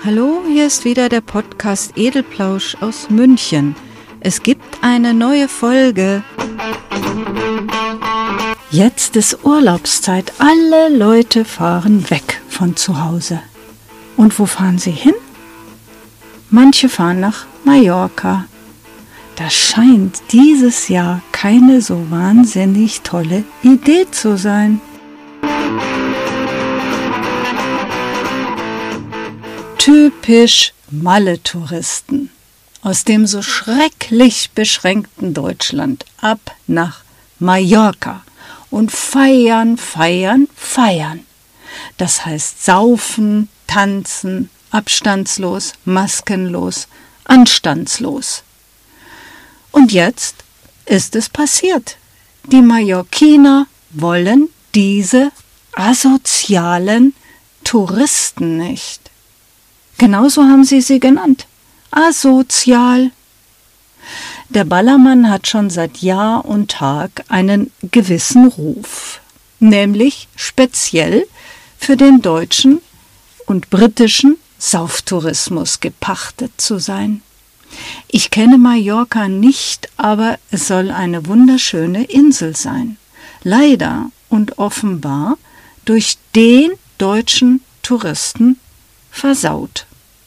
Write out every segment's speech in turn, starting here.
Hallo, hier ist wieder der Podcast Edelplausch aus München. Es gibt eine neue Folge. Jetzt ist Urlaubszeit. Alle Leute fahren weg von zu Hause. Und wo fahren sie hin? Manche fahren nach Mallorca. Das scheint dieses Jahr keine so wahnsinnig tolle Idee zu sein. Typisch Malle-Touristen aus dem so schrecklich beschränkten Deutschland ab nach Mallorca und feiern. Das heißt saufen, tanzen, abstandslos, maskenlos, anstandslos. Und jetzt ist es passiert. Die Mallorquiner wollen diese asozialen Touristen nicht. Genauso haben sie genannt. Asozial. Der Ballermann hat schon seit Jahr und Tag einen gewissen Ruf, nämlich speziell für den deutschen und britischen Sauftourismus gepachtet zu sein. Ich kenne Mallorca nicht, aber es soll eine wunderschöne Insel sein. Leider und offenbar durch den deutschen Touristen versaut.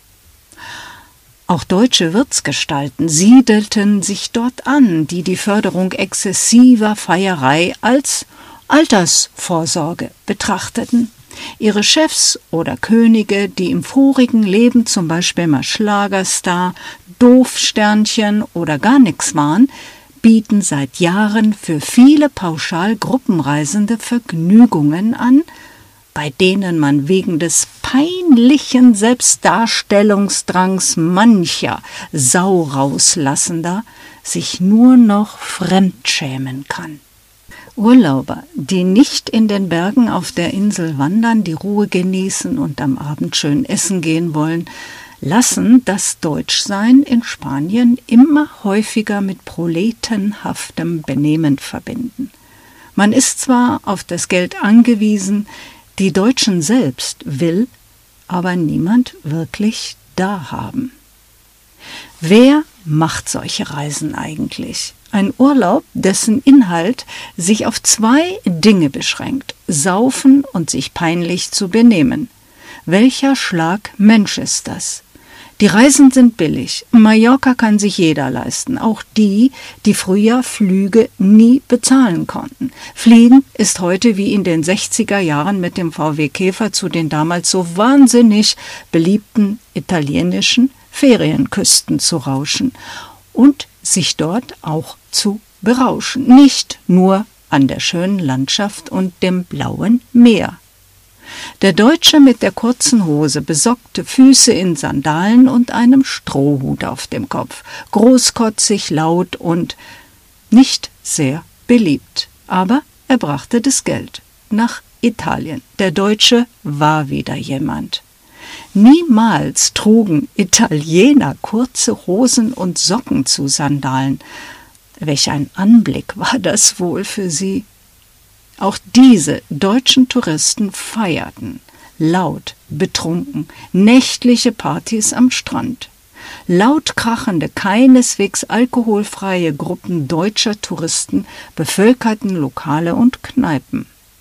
Auch deutsche Wirtsgestalten siedelten sich dort an, die die Förderung exzessiver Feierei als Altersvorsorge betrachteten. Ihre Chefs oder Könige, die im vorigen Leben zum Beispiel mal Schlagerstar, Doofsternchen oder gar nix waren, bieten seit Jahren für viele pauschal Gruppenreisende Vergnügungen an, bei denen man wegen des peinlichen Selbstdarstellungsdrangs mancher Saurauslassender sich nur noch fremdschämen kann. Urlauber, die nicht in den Bergen auf der Insel wandern, die Ruhe genießen und am Abend schön essen gehen wollen, lassen das Deutschsein in Spanien immer häufiger mit proletenhaftem Benehmen verbinden. Man ist zwar auf das Geld angewiesen, die Deutschen selbst will aber niemand wirklich da haben. Wer macht solche Reisen eigentlich? Ein Urlaub, dessen Inhalt sich auf 2 Dinge beschränkt: Saufen und sich peinlich zu benehmen. Welcher Schlag Mensch ist das? Die Reisen sind billig. Mallorca kann sich jeder leisten, auch die, die früher Flüge nie bezahlen konnten. Fliegen ist heute wie in den 60er Jahren mit dem VW Käfer zu den damals so wahnsinnig beliebten italienischen Ferienküsten zu rauschen und sich dort auch zu berauschen. Nicht nur an der schönen Landschaft und dem blauen Meer. Der Deutsche mit der kurzen Hose, besockte Füße in Sandalen und einem Strohhut auf dem Kopf, großkotzig, laut und nicht sehr beliebt. Aber er brachte das Geld nach Italien. Der Deutsche war wieder jemand. Niemals trugen Italiener kurze Hosen und Socken zu Sandalen. Welch ein Anblick war das wohl für sie? Auch diese deutschen Touristen feierten, laut, betrunken, nächtliche Partys am Strand. Laut krachende, keineswegs alkoholfreie Gruppen deutscher Touristen bevölkerten Lokale und Kneipen.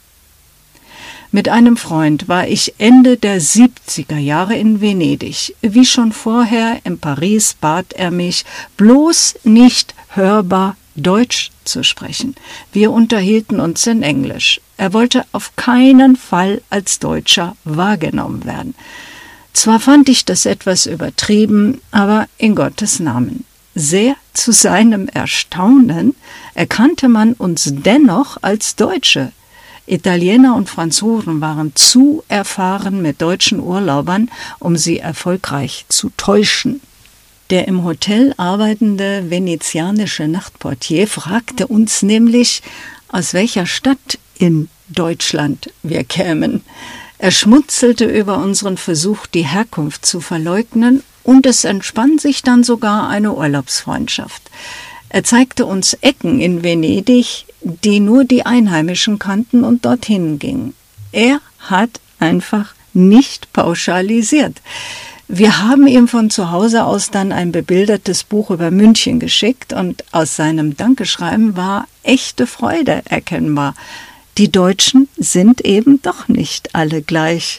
Mit einem Freund war ich Ende der 70er Jahre in Venedig. Wie schon vorher in Paris bat er mich, bloß nicht hörbar Deutsch zu sprechen. Wir unterhielten uns in Englisch. Er wollte auf keinen Fall als Deutscher wahrgenommen werden. Zwar fand ich das etwas übertrieben, aber in Gottes Namen. Sehr zu seinem Erstaunen erkannte man uns dennoch als Deutsche. Italiener und Franzosen waren zu erfahren mit deutschen Urlaubern, um sie erfolgreich zu täuschen. Der im Hotel arbeitende venezianische Nachtportier fragte uns nämlich, aus welcher Stadt in Deutschland wir kämen. Er schmunzelte über unseren Versuch, die Herkunft zu verleugnen, und es entspann sich dann sogar eine Urlaubsfreundschaft. Er zeigte uns Ecken in Venedig, die nur die Einheimischen kannten und dorthin gingen. Er hat einfach nicht pauschalisiert. Wir haben ihm von zu Hause aus dann ein bebildertes Buch über München geschickt und aus seinem Dankeschreiben war echte Freude erkennbar. Die Deutschen sind eben doch nicht alle gleich.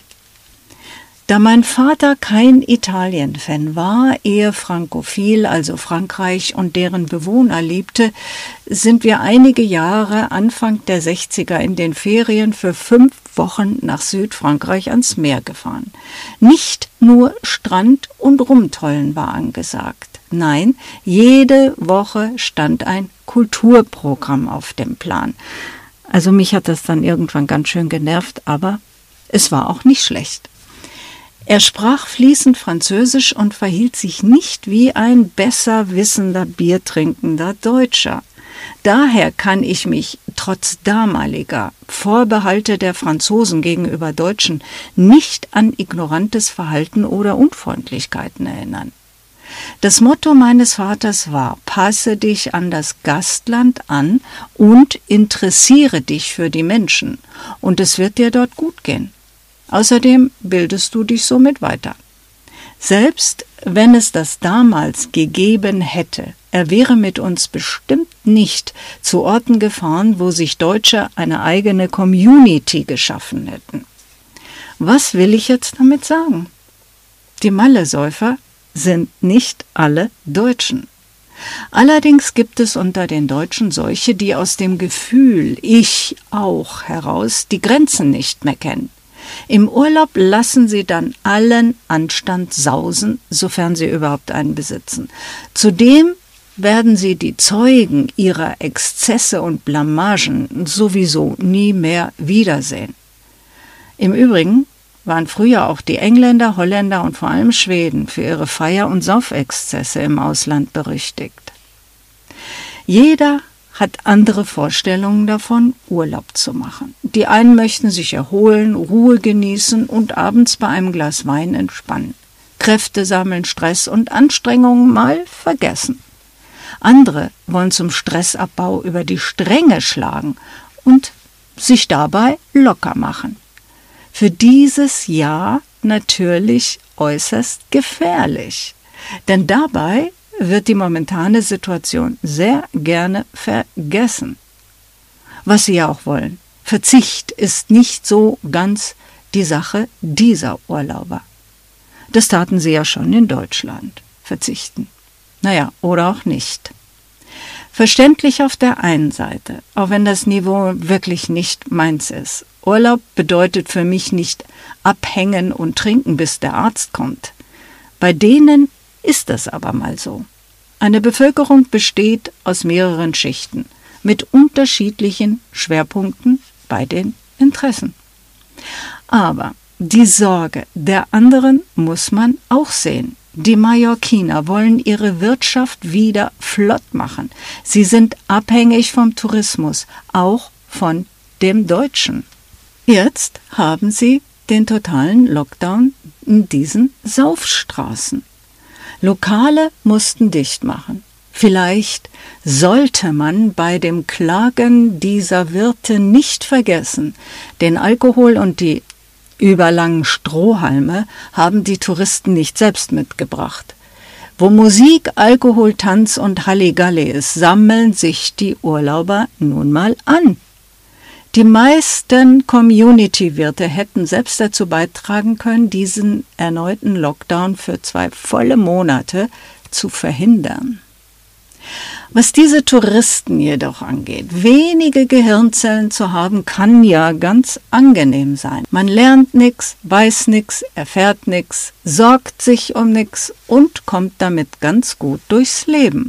Da mein Vater kein Italien-Fan war, eher frankophil, also Frankreich und deren Bewohner liebte, sind wir einige Jahre Anfang der 60er in den Ferien für 5 Wochen nach Südfrankreich ans Meer gefahren. Nicht nur Strand und Rumtollen war angesagt. Nein, jede Woche stand ein Kulturprogramm auf dem Plan. Also mich hat das dann irgendwann ganz schön genervt, aber es war auch nicht schlecht. Er sprach fließend Französisch und verhielt sich nicht wie ein besser wissender, biertrinkender Deutscher. Daher kann ich mich trotz damaliger Vorbehalte der Franzosen gegenüber Deutschen nicht an ignorantes Verhalten oder Unfreundlichkeiten erinnern. Das Motto meines Vaters war: Passe dich an das Gastland an und interessiere dich für die Menschen, und es wird dir dort gut gehen. Außerdem bildest du dich somit weiter. Selbst wenn es das damals gegeben hätte, er wäre mit uns bestimmt nicht zu Orten gefahren, wo sich Deutsche eine eigene Community geschaffen hätten. Was will ich jetzt damit sagen? Die Mallesäufer sind nicht alle Deutschen. Allerdings gibt es unter den Deutschen solche, die aus dem Gefühl „ich auch“ heraus die Grenzen nicht mehr kennen. Im Urlaub lassen sie dann allen Anstand sausen, sofern sie überhaupt einen besitzen. Zudem werden sie die Zeugen ihrer Exzesse und Blamagen sowieso nie mehr wiedersehen. Im Übrigen waren früher auch die Engländer, Holländer und vor allem Schweden für ihre Feier- und Saufexzesse im Ausland berüchtigt. Jeder hat andere Vorstellungen davon, Urlaub zu machen. Die einen möchten sich erholen, Ruhe genießen und abends bei einem Glas Wein entspannen. Kräfte sammeln, Stress und Anstrengungen mal vergessen. Andere wollen zum Stressabbau über die Stränge schlagen und sich dabei locker machen. Für dieses Jahr natürlich äußerst gefährlich, denn dabei wird die momentane Situation sehr gerne vergessen. Was sie ja auch wollen. Verzicht ist nicht so ganz die Sache dieser Urlauber. Das taten sie ja schon in Deutschland. Verzichten. Naja, oder auch nicht. Verständlich auf der einen Seite, auch wenn das Niveau wirklich nicht meins ist. Urlaub bedeutet für mich nicht abhängen und trinken, bis der Arzt kommt. Bei denen ist das aber mal so. Eine Bevölkerung besteht aus mehreren Schichten mit unterschiedlichen Schwerpunkten bei den Interessen. Aber die Sorge der anderen muss man auch sehen. Die Mallorquiner wollen ihre Wirtschaft wieder flott machen. Sie sind abhängig vom Tourismus, auch von dem Deutschen. Jetzt haben sie den totalen Lockdown in diesen Saufstraßen. Lokale mussten dicht machen. Vielleicht sollte man bei dem Klagen dieser Wirte nicht vergessen, den Alkohol und die überlangen Strohhalme haben die Touristen nicht selbst mitgebracht. Wo Musik, Alkohol, Tanz und Halligalli ist, sammeln sich die Urlauber nun mal an. Die meisten Community-Wirte hätten selbst dazu beitragen können, diesen erneuten Lockdown für 2 volle Monate zu verhindern. Was diese Touristen jedoch angeht, wenige Gehirnzellen zu haben, kann ja ganz angenehm sein. Man lernt nichts, weiß nichts, erfährt nichts, sorgt sich um nichts und kommt damit ganz gut durchs Leben.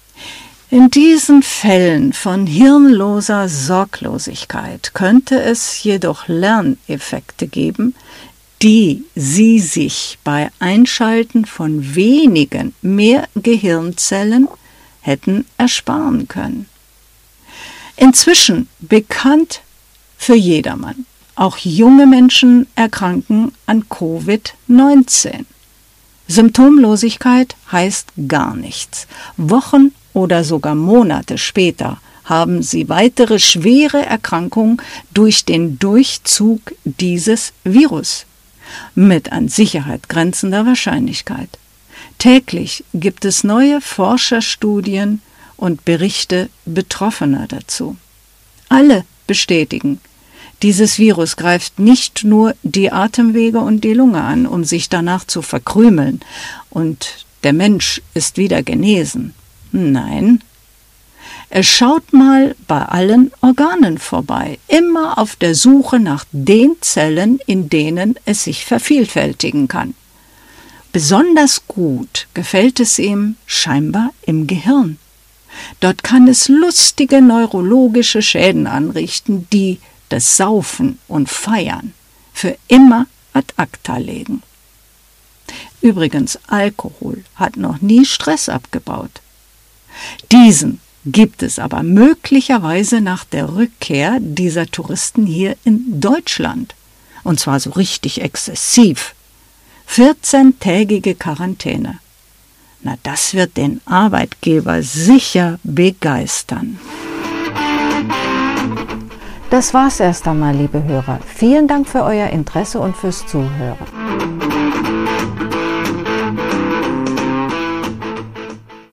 In diesen Fällen von hirnloser Sorglosigkeit könnte es jedoch Lerneffekte geben, die Sie sich bei Einschalten von wenigen mehr Gehirnzellen hätten ersparen können. Inzwischen bekannt für jedermann. Auch junge Menschen erkranken an Covid-19. Symptomlosigkeit heißt gar nichts. Wochen oder sogar Monate später haben sie weitere schwere Erkrankungen durch den Durchzug dieses Virus. mit an Sicherheit grenzender Wahrscheinlichkeit. Täglich gibt es neue Forscherstudien und Berichte Betroffener dazu. Alle bestätigen, dieses Virus greift nicht nur die Atemwege und die Lunge an, um sich danach zu verkrümeln und der Mensch ist wieder genesen. Nein, es schaut mal bei allen Organen vorbei, immer auf der Suche nach den Zellen, in denen es sich vervielfältigen kann. Besonders gut gefällt es ihm scheinbar im Gehirn. Dort kann es lustige neurologische Schäden anrichten, die das Saufen und Feiern für immer ad acta legen. Übrigens, Alkohol hat noch nie Stress abgebaut. Diesen gibt es aber möglicherweise nach der Rückkehr dieser Touristen hier in Deutschland. Und zwar so richtig exzessiv. 14-tägige Quarantäne. Na, das wird den Arbeitgeber sicher begeistern. Das war's erst einmal, liebe Hörer. Vielen Dank für euer Interesse und fürs Zuhören.